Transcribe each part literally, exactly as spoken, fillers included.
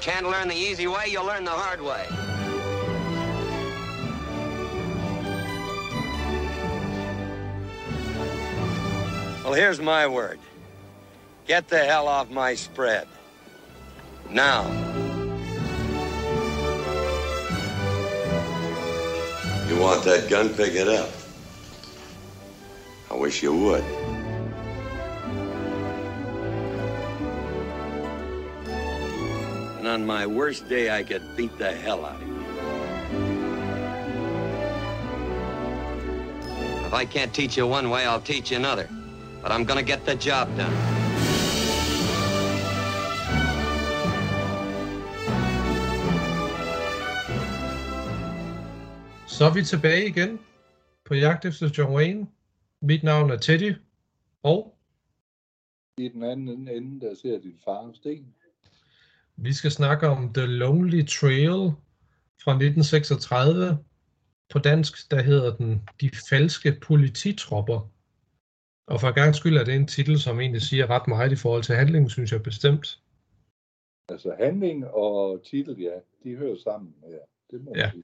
Can't learn the easy way, you'll learn the hard way. Well, here's my word. Get the hell off my spread. Now. You want that gun? Pick it up. I wish you would. And on my worst day, I could beat the hell out of you. If I can't teach you one way, I'll teach you another. But I'm gonna get the job done. Så er vi tilbage igen på jagt efter John Wayne. Mit navn er Teddy, og i den anden ende, der ser din far Sten. Vi skal snakke om The Lonely Trail fra nitten seksogtredive. På dansk, der hedder den De falske polititropper. Og for en gang skyld er det en titel, som egentlig siger ret meget i forhold til handlingen, synes jeg bestemt. Altså handling og titel, ja, de hører sammen. Ja, det må ja. sige.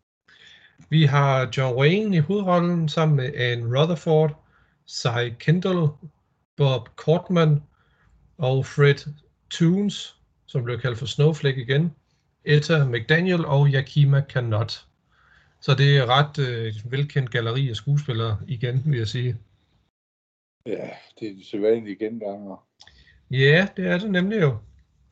Vi har John Wayne i hovedrollen sammen med Anne Rutherford, Cy Kendall, Bob Cortman og Fred Toons, som blev kaldt for Snowflake igen, Etta McDaniel og Yakima Canot. Så det er ret øh, velkendt galleri af skuespillere igen, vil jeg sige. Ja, det er de sædvanlige genganger. Ja, det er det nemlig jo.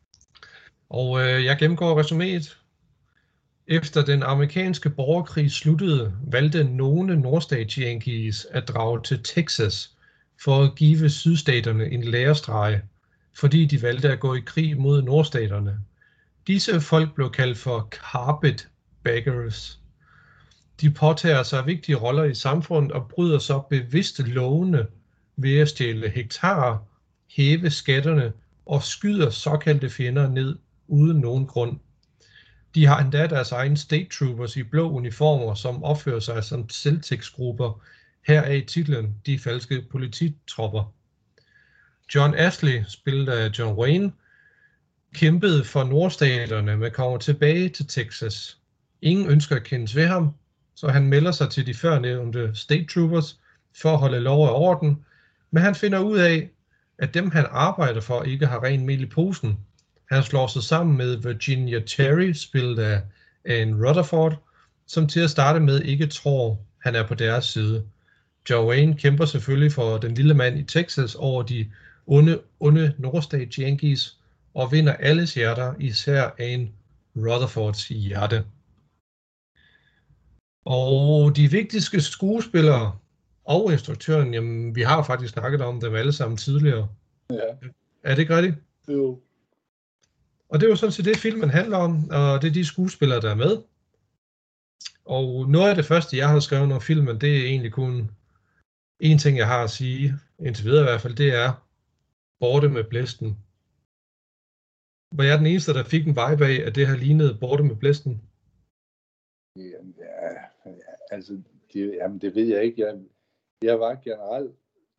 Og øh, jeg gennemgår resuméet. Efter den amerikanske borgerkrig sluttede, valgte nogle nordstats-yankees at drage til Texas for at give sydstaterne en lærestreg, fordi de valgte at gå i krig mod nordstaterne. Disse folk blev kaldt for carpetbaggers. De påtager sig vigtige roller i samfundet og bryder så bevidst lovene ved at stjæle hektarer, hæve skatterne og skyder såkaldte fjender ned uden nogen grund. De har endda deres egen state troopers i blå uniformer, som opfører sig som selvtægtsgrupper. Her er i titlen De falske polititropper. John Ashley, spillet af John Wayne, kæmpede for nordstaterne, men kommer tilbage til Texas. Ingen ønsker at kendes ved ham, så han melder sig til de førnævnte state troopers for at holde lov og orden, men han finder ud af, at dem han arbejder for ikke har ren mel i posen. Han slår sig sammen med Virginia Terry, spillet af Anne Rutherford, som til at starte med ikke tror, han er på deres side. John Wayne kæmper selvfølgelig for den lille mand i Texas over de onde, onde nordstats Yankees og vinder alles hjerter, især Anne Rutherfords hjerte. Og de vigtigste skuespillere og instruktøren, jamen vi har faktisk snakket om dem alle sammen tidligere. Ja. Er det ikke rigtigt? Jo. Og det er jo sådan set det, filmen handler om, og det er de skuespillere, der er med. Og noget af det første, jeg har skrevet om filmen, det er egentlig kun en ting, jeg har at sige, indtil videre i hvert fald, det er Borte med blæsten. Var jeg den eneste, der fik en vibe af, at det har lignet Borte med blæsten? Jamen, ja, altså, det, jamen, det ved jeg ikke. Jeg, jeg var generelt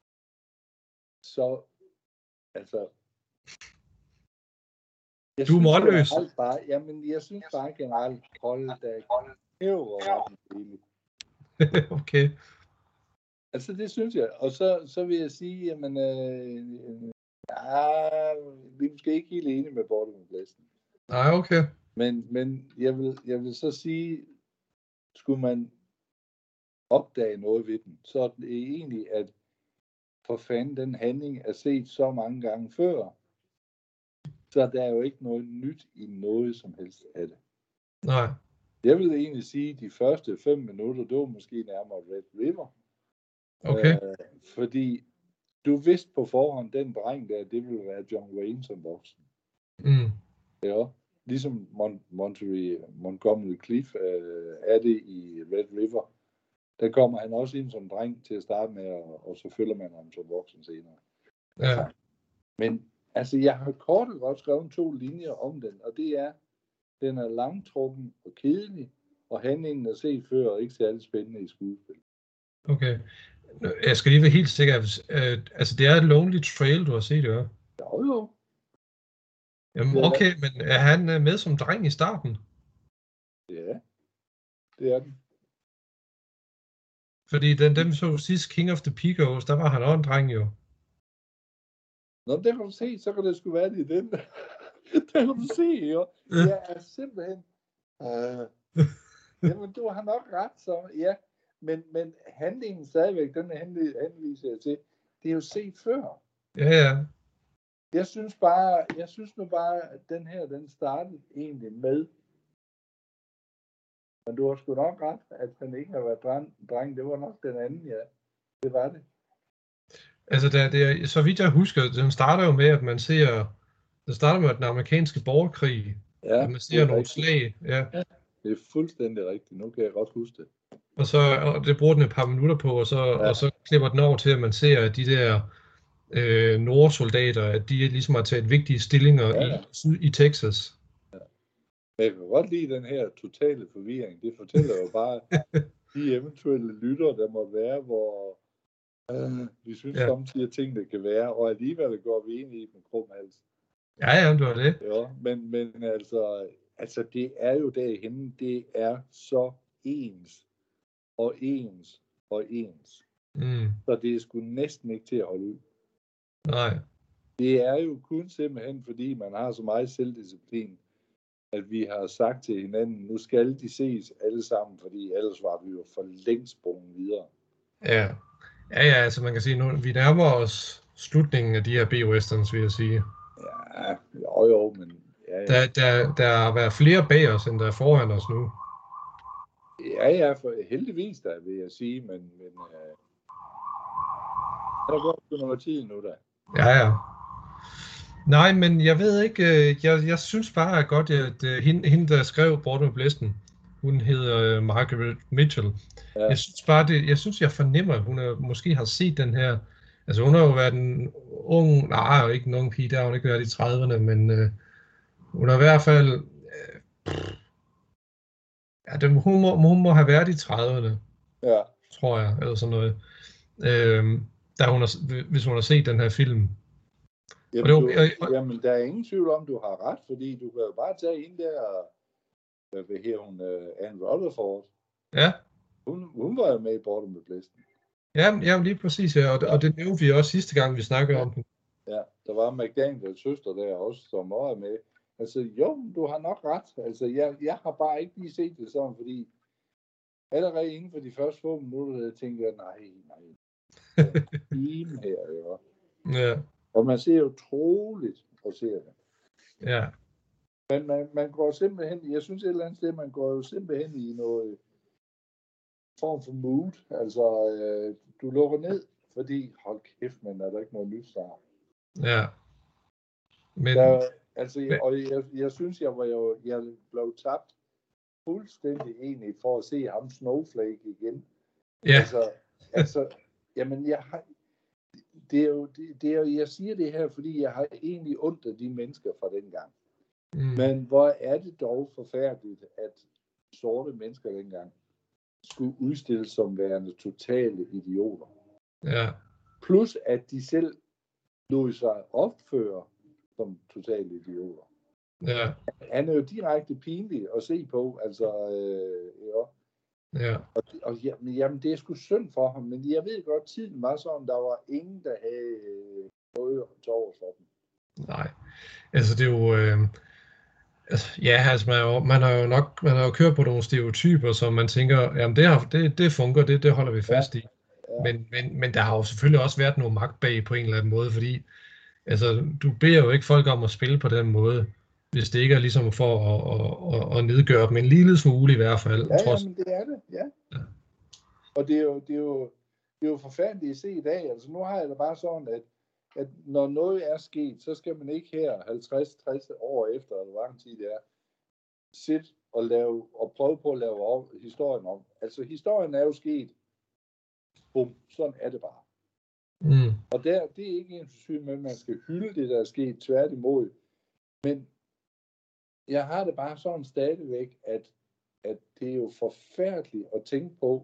så, altså, jeg du er målløs. Bare, jamen, jeg synes bare generelt, hold da hæver okay. Altså, det synes jeg. Og så, så vil jeg sige, jamen, øh, ja, vi er måske ikke helt enige med Borte med blæsten. Nej, okay. Men, men jeg, vil, jeg vil så sige, skulle man opdage noget ved den, så er det egentlig, at for fanden den handling er set så mange gange før, så der er jo ikke noget nyt i noget som helst af det. Nej. Jeg vil egentlig sige, at de første fem minutter, det var måske nærmere Red River. Okay. Øh, fordi du vidste på forhånd, den dreng der, det ville være John Wayne som voksen. Mm. Ja, ligesom Mon- Monterey, Montgomery Cliff øh, er det i Red River. Der kommer han også ind som dreng til at starte med, og, og så følger man ham som voksen senere. Ja. Men altså, jeg har kort og godt skrevet to linjer om den, og det er, den er langtrukken og kedelig, og handlingen er set før, og ikke særlig spændende i skuespil. Okay. Jeg skal lige være helt sikker. Altså, det er et Lonely Trail, du har set, jo? Jo, jo. Jamen, Det er okay, men er han øh, med som dreng i starten? Ja, det er den. Fordi den, dem så sidst King of the Peacock, der var han også en dreng jo. Nå, der kan du se, så kan det sgu være det i den. Der kan du se, jo. Jeg er simpelthen... Øh, jamen, du har nok ret, så ja. Men, men handlingen stadigvæk, den henviser jeg til, det er jo set før. Ja, ja. Jeg synes bare, jeg synes nu bare, at den her, den startede egentlig med. Men du har sgu nok ret, at han ikke har været dreng. dreng. Det var nok den anden, ja. Det var det. Altså, det, det er, så vidt jeg husker, den starter jo med, at man ser, det starter med den amerikanske borgerkrig, Ja, at man ser nogle rigtigt. slag, ja. Ja, det er fuldstændig rigtigt. Nu kan jeg godt huske det. Og så og det bruger den et par minutter på, og så, Ja. og så klipper den over til, at man ser, at de der øh, nordsoldater, at de ligesom har taget vigtige stillinger Ja, i, ja. syd i Texas. Men jeg kan godt lide den her totale forvirring. Det fortæller jo bare de eventuelle lytter, der må være, hvor øh, vi synes Ja. samtidig, at tingene kan være, og alligevel går vi ind i den krum hals. Ja, ja, det var det. Ja, men, men altså, altså, det er jo derhenne, det er så ens, og ens, og ens. Mm. Så det er sgu næsten ikke til at holde ud. Nej. Det er jo kun simpelthen, fordi man har så meget selvdisciplin, at vi har sagt til hinanden, nu skal de ses alle sammen, fordi ellers var vi jo for længst sprunget videre. Ja. Ja, ja, altså man kan sige, nu vi nærmer os slutningen af de her B-westerns, vil jeg sige. Ja, jo jo, men... Ja, ja. Der, der, der har været flere bag os, end der er foran os nu. Ja, ja, for heldigvis da, vil jeg sige, men... men øh, der går jo noget tid nu da. Ja, ja. Nej, men jeg ved ikke, øh, jeg, jeg synes bare at godt, at øh, hende, hende, der skrev Borte med Blæsten, hun hedder øh, Margaret Mitchell. Ja. Jeg synes bare, det, jeg synes, jeg fornemmer, at hun er, måske har set den her. Altså hun har jo været en ung, nej, ikke en ung pige, der har hun ikke været i trediverne, men øh, hun har i hvert fald, øh, ja, det, hun, må, hun må have været i trediverne, Ja. tror jeg, eller sådan noget. Øh, da hun har, hvis hun har set den her film. Jamen, Og det du, var, jeg, jamen, der er ingen tvivl om, du har ret, fordi du kan jo bare tage ind der, hvad her hun, uh, Anne Rutherford. Ja. Hun, hun var jo med i Borte med Blæsten. Ja, ja, lige præcis, ja. Og, ja. og det nævnte vi også sidste gang, vi snakkede ja. om den. Ja, der var McDaniels søster der også, som også er med. Altså, jo, du har nok ret. Altså, jeg, jeg har bare ikke lige set det sådan, fordi allerede inden for de første få minutter, jeg tænkte jeg, nej, nej. Team her, jo. Ja. Og man ser utroligt og ser det. Ja. Men man, man går simpelthen, jeg synes et eller andet sted, man går jo simpelthen i noget form for mood. Altså, øh, du lukker ned, fordi, hold kæft, men er der ikke noget nyt snart. Ja. Men... Der, altså, jeg, og jeg, jeg synes, jeg var jo, jeg blev tabt fuldstændig egentlig for at se ham Snowflake igen. Ja. Altså, altså jamen, jeg har, det er jo, det, det er jo, jeg siger det her, fordi jeg har egentlig ondt af de mennesker fra dengang. Mm. Men hvor er det dog forfærdeligt, at sorte mennesker dengang skulle udstilles som værende totale idioter. Ja. Plus at de selv lod sig opføre som totale idioter. Ja. Han er jo direkte pinlig at se på, altså, øh, ja. Ja. Og, og jamen, det er sgu synd for ham, men jeg ved godt, tiden var sådan, der var ingen, der havde øh, noget til over for dem. Nej, altså det er jo, øh, altså, ja, altså man, jo, man har jo nok, man har jo kørt på nogle stereotyper, som man tænker, jamen det, har, det, det fungerer, det, det holder vi fast i. Ja. Men, men, men der har jo selvfølgelig også været noget magt bag på en eller anden måde, fordi altså, du beder jo ikke folk om at spille på den måde, hvis det ikke er ligesom for at, at, at, at nedgøre dem en lille smule i hvert fald. Ja, trods... jamen det er det, ja. ja. Og det er, jo, det, er jo, det er jo forfærdeligt at se i dag. Altså nu har jeg det bare sådan, at, at når noget er sket, så skal man ikke her halvtreds til tres år efter, eller hvor lang tid det er, sidde og, lave, og prøve på at lave om, historien om. Altså historien er jo sket. Bum, sådan er det bare. Mm. Og der, det er ikke en syg med, at man skal hylde det, der er sket, tværtimod. Men jeg har det bare sådan stadigvæk, at, at det er jo forfærdeligt at tænke på,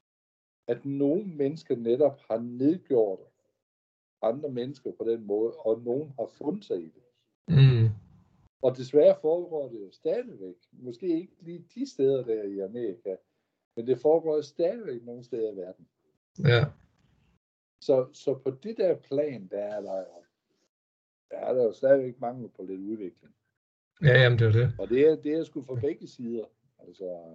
at nogle mennesker netop har nedgjort andre mennesker på den måde, og nogen har fundet sig i det. Mm. Og desværre foregår det jo stadigvæk. Måske ikke lige de steder der i Amerika, men det foregår jo stadigvæk nogle steder i verden. Ja. Så, så på det der plan, der er der, der er der jo stadigvæk mangel på lidt udvikling. Ja, jamen det er det. Og det er, det er sgu fra begge sider. Altså,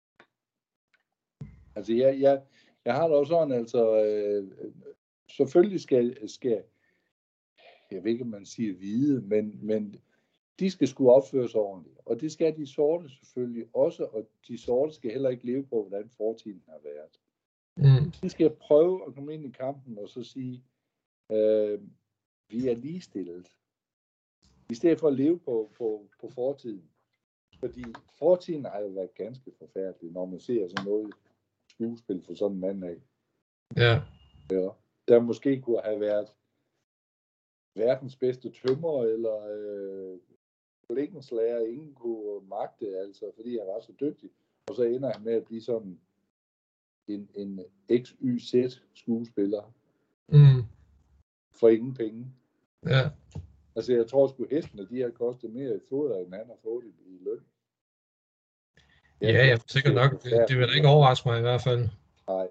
altså jeg, jeg, jeg har da også sådan, altså, øh, selvfølgelig skal, skal, jeg ved ikke, om man siger hvide, men, men de skal sgu opføre sig ordentligt. Og det skal de sorte selvfølgelig også, og de sorte skal heller ikke leve på, hvordan fortiden har været. Mm. De skal prøve at komme ind i kampen og så sige, øh, vi er ligestillet. I stedet for at leve på, på, på fortiden. Fordi fortiden har jo været ganske forfærdelig, når man ser sådan noget skuespil for sådan en mand af. Ja. Ja. Der måske kunne have været verdens bedste tømrer, eller øh, længenslærer, ingen kunne magte, altså, fordi han var så dygtig. Og så ender han med at blive sådan en, en X Y Z skuespiller. Mm. For ingen penge. Ja. Altså, jeg tror sgu hestene, de har kostet mere i foder, end han har fået i, i løn. Ja, ja, jeg sikkert nok. Det, det vil da ikke overraske mig i hvert fald. Nej.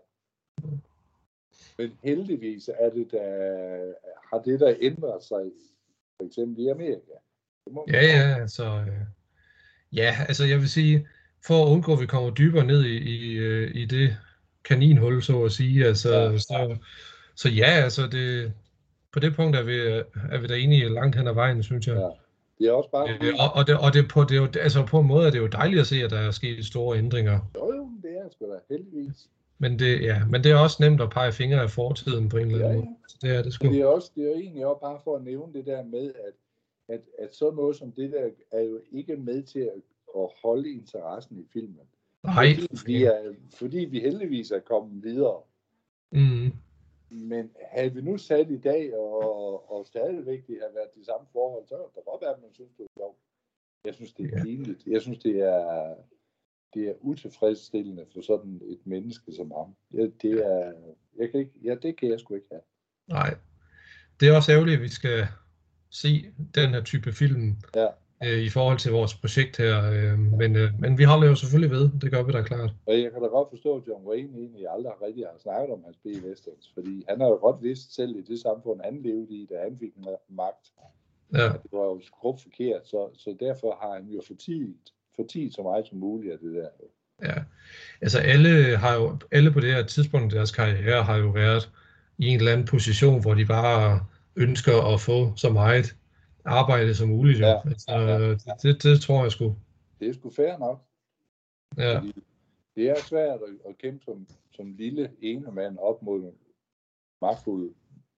Men heldigvis er det der, har det der ændret sig, for eksempel i Amerika. Ja, ja, altså, øh, ja, altså jeg vil sige, for at undgå, at vi kommer dybere ned i, i, i det kaninhul, så at sige, altså, ja. så, så ja, altså det, på det punkt er vi, er vi da enige langt hen ad vejen, synes jeg. Ja. Det er også bare... Øh, og, og, det, og det, på, det er jo, altså på en måde er det jo dejligt at se, at der er sket store ændringer. Jo, jo, det er sgu da heldigvis. Men det, ja, men det er også nemt at pege fingre af fortiden på en eller anden ja, måde. Ja. Så det er det sgu. Men det er, også, det er jo egentlig også bare for at nævne det der med, at, at, at sådan noget som det der er jo ikke med til at, at holde interessen i filmen. Nej. Fordi vi, er, fordi vi heldigvis er kommet videre. Mm. Men havde vi nu sat i dag, og, og stadigvæk det har været de samme forhold, så er det godt være, at man synes, det er sjovt. Jeg synes, det er pinligt. Jeg synes, det er, det er utilfredsstillende for sådan et menneske som ham. Ja, det er, jeg kan ikke, ja, det kan jeg sgu ikke have. Nej. Det er også ærgerligt, at vi skal se den her type film ja. øh, i forhold til vores projekt her. Øh, men, øh, men vi holder jo selvfølgelig ved. Det gør vi da klart. Og jeg kan da godt forstå, at John Wayne egentlig aldrig rigtig har snakket om hans B-westerns, fordi han har jo godt vidst selv i det samfund, han levede i, da han fik magt. Ja. Det var jo skrubt forkert, så, så derfor har han jo fortidt, fortidt så meget som muligt af det der. Ja, altså alle har jo, alle på det her tidspunkt i deres karriere har jo været i en eller anden position, hvor de bare ønsker at få så meget arbejde som muligt. Ja, altså, ja, ja. Det, det, det tror jeg sgu. Det er sgu fair nok. Ja. Fordi det er svært at, at kæmpe som, som lille ene mand op mod magtfuld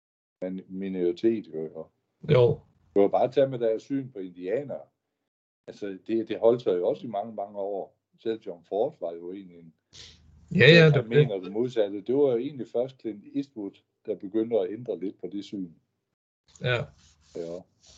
minoritet. Jo. Jo. Du kan bare tage med deres syn på indianere. Altså, det, det holdt sig jo også i mange, mange år. Selv John Ford var jo egentlig en... Ja, ja. Jeg mener det modsatte. Det var jo egentlig først Clint Eastwood, der begyndte at ændre lidt på det syn. Ja. Ja.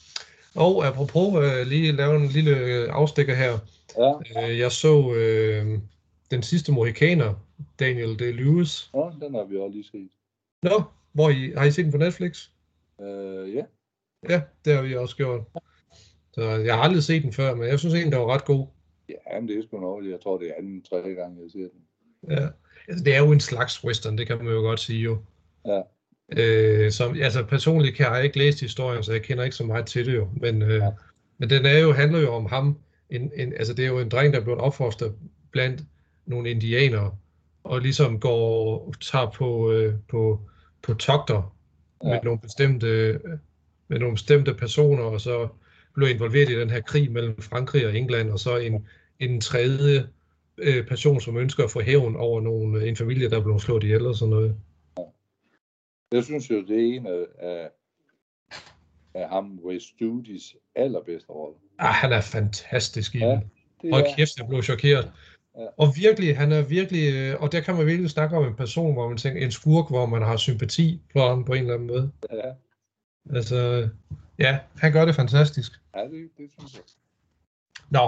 Og apropos, øh, lige lave en lille afstikker her. Ja. Øh, jeg så øh, Den sidste mohikaner, Daniel Day-Lewis. Ja, den har vi også lige set. Nå, hvor I, har I set den på Netflix? Øh, ja. Ja, det har vi også gjort. Så jeg har aldrig set den før, men jeg synes egentlig, den var ret god. Ja, men det er sgu nok. Jeg tror, det er anden, tredje gang, jeg ser den. Ja, altså, det er jo en slags western, det kan man jo godt sige jo. Ja. Øh, som, altså personligt kan jeg ikke læst historien, så jeg kender ikke så meget til det jo. Men, øh, ja. men den er jo, handler jo om ham. En, en, altså det er jo en dreng, der er blevet opfostret blandt nogle indianere, og ligesom går tager på, øh, på, på togter ja. med, nogle bestemte, med nogle bestemte personer, og så blev involveret i den her krig mellem Frankrig og England, og så en, en tredje øh, person, som ønsker at få hævn over nogle, en familie, der er blevet slået ihjel og sådan noget. Jeg synes jo, det er en af, af, af ham, Wes Studys allerbedste rolle. Ah, han er fantastisk i ja, den. Og kæft, jeg blev chokeret. Ja. Og virkelig, han er virkelig, og der kan man virkelig snakke om en person, hvor man tænker, en skurk, hvor man har sympati for ham på en eller anden måde. Ja. Altså, ja, han gør det fantastisk. Ja, det, det synes jeg. Nå.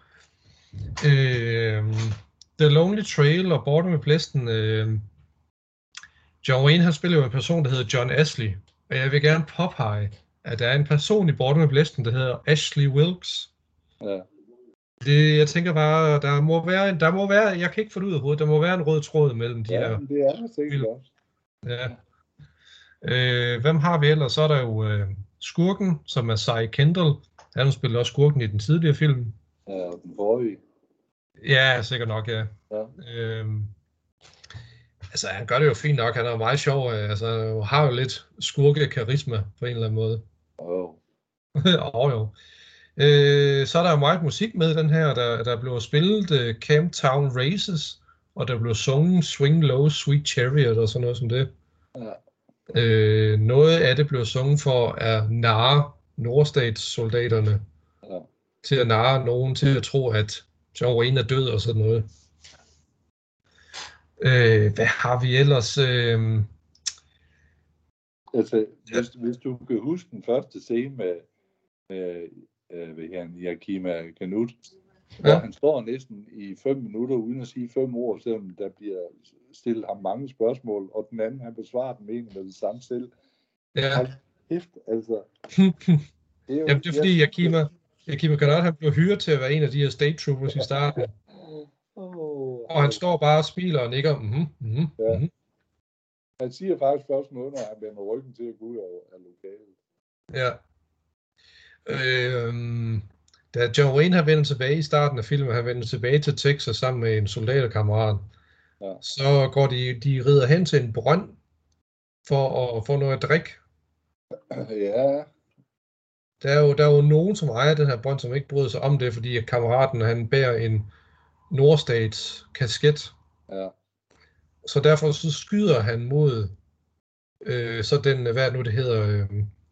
Øh, The Lonely Trail og Borte med Blæsten. Øh, John Wayne, han spiller jo en person, der hedder John Ashley. Og jeg vil gerne påpege, at der er en person i Borte med Blæsten, der hedder Ashley Wilkes. Ja. Det, jeg tænker bare, der må være, en, der må være, jeg kan ikke få det ud af hovedet, der må være en rød tråd mellem de Ja, her. men det er der sikkert film. også. Ja. Øh, hvem har vi ellers? Så er der jo øh, skurken, som er Cy Kendall. Han spiller også skurken i den tidligere film. Ja, den forrige. Ja, sikkert nok, ja. Ja. Øhm, altså, han gør det jo fint nok. Han er jo meget sjov. øh, Altså, han har jo lidt skurke-karisma på en eller anden måde. Oh. oh, jo. Øh, så er der jo meget musik med den her. Der, der blev spillet uh, Camp Town Races, og der blev sunget Swing Low, Sweet Chariot og sådan noget som det. Ja. Øh, noget af det blev sunget for at narre nordstatssoldaterne. Ja. Til at narre nogen til at tro, at John Wayne er død og sådan noget. Øh, hvad har vi ellers? Øh... Altså, hvis, ja. hvis du kan huske den første scene med, med øh, ved han, Yakima Kanut, ja. hvor han står næsten i fem minutter uden at sige fem ord, selvom der bliver stillet ham mange spørgsmål, og den anden, han besvarer dem egentlig med det samme selv. Ja. Hold kæft, altså. Det er jo, Jamen, det er fordi, Yakima, Yakima Kanut, han blev hyret til at være en af de her state troopers i starten. Oh, og han står bare og smiler og nikker. Mm-hmm, mm-hmm, ja. mm-hmm. Han siger faktisk først noget, når han vender ryggen til at gå ud af lokalet. Ja. Øhm, da John Wayne har vendt tilbage i starten af filmen, han vender tilbage til Texas sammen med en soldaterkammerat, ja. Så går de, de rider hen til en brønd for at få noget at drikke. Ja. Der er, jo, der er jo nogen, som ejer den her brønd, som ikke bryder sig om det, fordi at kammeraten, han bærer en nordstats kasket. Ja. Så derfor så skyder han mod øh, så den, hvad nu det hedder? Øh,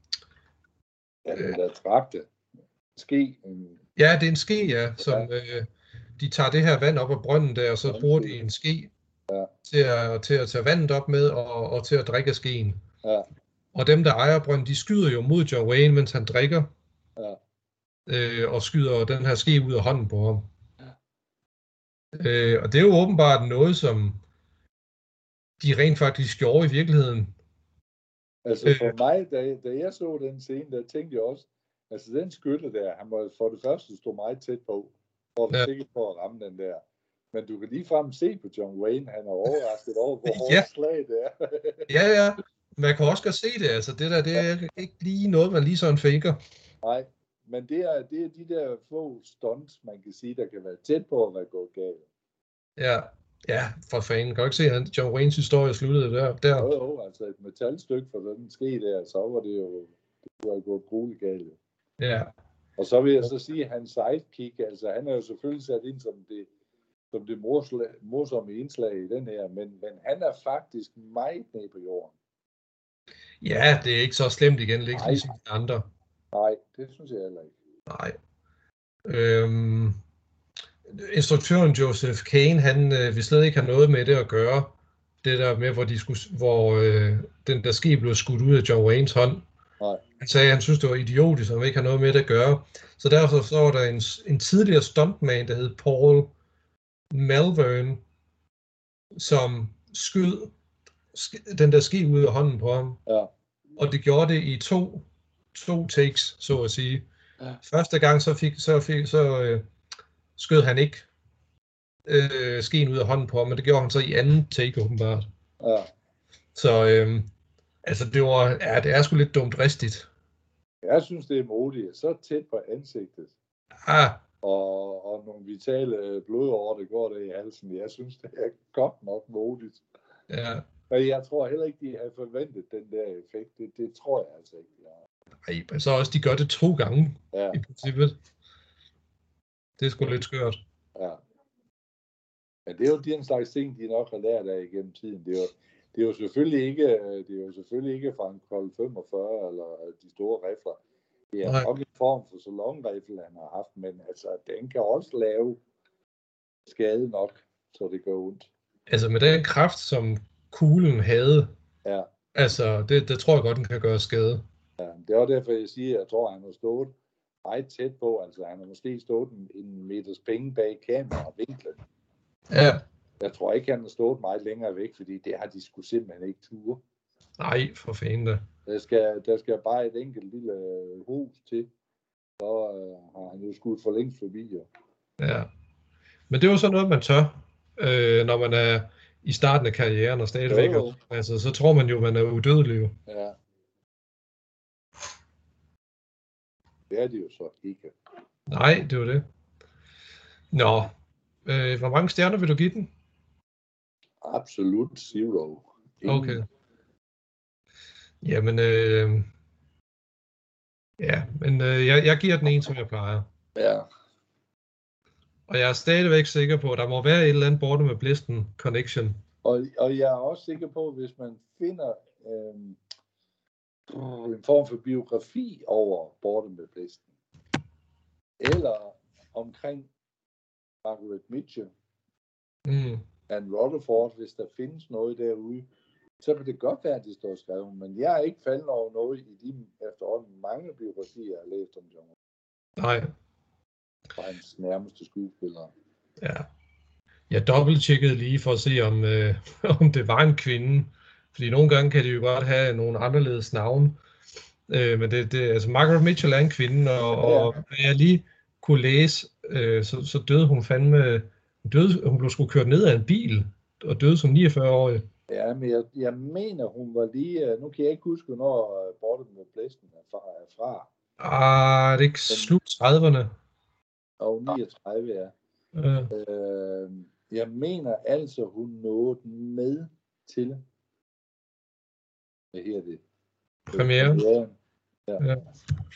ja, den der trakte. Ske. Ja, det er en ske, ja, som ja. Øh, de tager det her vand op af brønden der, og så bruger de en ske ja. til, at, til at tage vandet op med, og, og til at drikke skeen. Ja. Og dem, der ejer brønden, de skyder jo mod John Wayne, mens han drikker, ja. øh, og skyder den her ske ud af hånden på ham. Ja. Øh, og det er jo åbenbart noget, som de rent faktisk gjorde i virkeligheden. Altså for øh, mig, da, da jeg så den scene, der tænkte jeg også, altså den skytte der, han må for det første stå meget tæt på, for at være ja. sikker på at ramme den der. Men du kan ligefrem se på John Wayne, han er overrasket over, hvor hårdt ja. slag det er. ja, ja. Man kan også godt se det, altså det der, det er ja. ikke lige noget, man lige sådan faker. Nej, men det er, det er de der få stunts, man kan sige, der kan være tæt på at være gået galt. Ja, ja, for fanden. Kan du ikke se, at John Waynes historie sluttede der? der? Jo, jo, altså et metalstykke for den ske der, så var det jo, det var gået grueligt galt. Ja. Og så vil jeg så sige, at hans sidekick, altså han er jo selvfølgelig sat ind som det, som det morsomme indslag i den her, men, men han er faktisk meget nede på jorden. Ja, det er ikke så slemt igen, det er ikke ligesom de andre. Nej, det synes jeg heller ikke. Nej. Øhm, instruktøren Joseph Kane, han øh, vil slet ikke have noget med det at gøre. Det der med, hvor, de skulle, hvor øh, den der ske blev skudt ud af John Waynes hånd. Nej. Han sagde, at han synes, det var idiotisk, og han ikke have noget med det at gøre. Så derfor så var der en, en tidligere stuntman, der hed Paul Malvern, som skød den der ske ud af hånden på ham. Ja. Og det gjorde det i to, to takes, så at sige. Ja. Første gang så, fik, så, fik, så øh, skød han ikke øh, skeen ud af hånden på ham, men det gjorde han så i anden take åbenbart. Ja. Så øh, altså det var, ja, det er sgu lidt dumt ristigt. Jeg synes, det er modigt. Så tæt på ansigtet. Ah. Og, og nogle vitale blodårer, der går der i halsen. Jeg synes, det er godt nok modigt. Ja. Og jeg tror heller ikke, de har forventet den der effekt. Det, det tror jeg altså ikke. Ja. Nej, men så også, de gør det to gange, ja. i princippet. Det er sgu lidt skørt. Ja. Men det er jo den slags ting, de nok har lært af igennem tiden. Det er jo, det er jo selvfølgelig ikke, det er jo selvfølgelig ikke fra en Colt femogfyrre eller de store rifler. Det er Nej. nok en form for salonrifle, han har haft, men altså, den kan også lave skade nok, så det gør ondt. Altså med den kraft, som kuglen havde, ja. altså det, det tror jeg godt, den kan gøre skade. Ja, det er også derfor, jeg siger, at jeg tror, at han har stået meget tæt på. Altså han har måske stået en, en meters penge bag kameravinklen. Ja. Jeg tror ikke, han har stået meget længere væk, fordi det har de sgu simpelthen ikke ture. Nej, for fanden da. Der skal, der skal bare et enkelt lille hus til. så øh, har han jo skudt for længst forbi, jo. Ja. Men det er jo så noget, man tør, øh, når man er i starten af karrieren og stadigvæk. Jo, jo. Altså, så tror man jo, man er udødelig. Jo. Ja. Det er det jo så ikke. Nej, det var det. Nå, øh, hvor mange stjerner vil du give den? Absolut zero. Ingen. Okay. Jamen, øh, ja, men øh, jeg, jeg giver den en, som jeg plejer. Ja. Og jeg er stadigvæk sikker på, at der må være et eller andet Borte med Blæsten connection. Og, og jeg er også sikker på, at hvis man finder øh, en form for biografi over Borte med Blæsten, eller omkring Margaret Mitchell, Mm. and Rutherford, hvis der findes noget derude, så vil det godt være, at det står skrevet, men jeg er ikke faldet over noget i de efterhånden mange biografier, jeg har læst om John Wayne. Nej. Fra hans nærmeste skuespillere. Ja. Jeg dobbelttjekkede lige for at se, om, øh, om det var en kvinde. Fordi nogle gange kan de jo godt have nogle anderledes navne. Øh, men det, det, altså Margaret Mitchell er en kvinde, og, og da jeg lige kunne læse, øh, så, så døde hun fandme, hun, døde, hun blev sgu kørt ned af en bil, og døde som niogfyrre-årig. Ja, men jeg, jeg mener, hun var lige, nu kan jeg ikke huske, når Borte med Blæsten er fra. Er fra. Ah, det er ikke slut trediverne. Og niogtredive, ja. Ja. Øh, jeg mener altså, hun nåede med til, hvad her det? Premiere. Ja. Ja.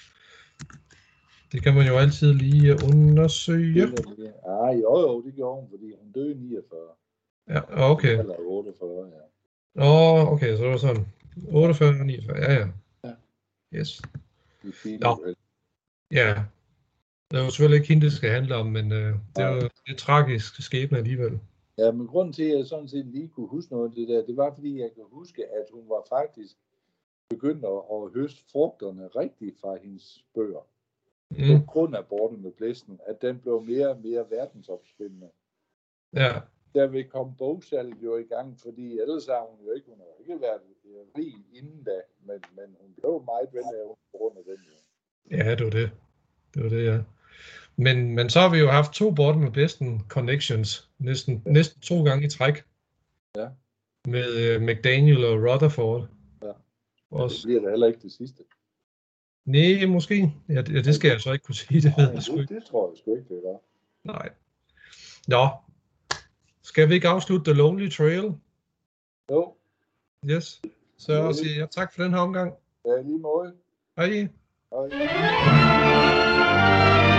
Det kan man jo altid lige undersøge. Ah, jo, jo, det gjorde hun, fordi hun døde niogfyrre. Ja, okay. Eller otteogfyrre, ja. Åh, oh, okay, så var det sådan. otteogfyrre og niogfyrre, ja, ja. Ja. Yes. De fine, Nå. Ja. Det er jo selvfølgelig ikke hende, det skal handle om, men øh, det er jo det tragiske skæbne alligevel. Ja, men grunden til, at jeg sådan set lige kunne huske noget af det der, det var, fordi jeg kan huske, at hun var faktisk begyndt at, at høste frugterne rigtigt fra hendes bøger. Mm. På grund af Borte med Blæsten, at den blev mere og mere verdensopspændende. Ja. Derved kom bogsalget jo i gang, fordi ellers har hun jo ikke, hun har ikke været rig inden da, men, men hun blev meget velhavet på grund af den. Ja, det var det. Det var det, ja. Men, men så har vi jo haft to Borte med Blæsten connections, næsten, ja. næsten to gange i træk. Ja. Med uh, McDaniel og Rutherford. Ja. Også. Det bliver da heller ikke det sidste. Nej, måske. Ja, det, det skal jeg så ikke kunne sige, det ved jeg sgu ikke. Det tror jeg sgu ikke, det var. Nej. Nå. Skal vi ikke afslutte The Lonely Trail? Jo. Yes. Så siger jeg tak for den her omgang. Ja, lige måde. Hej. Hej.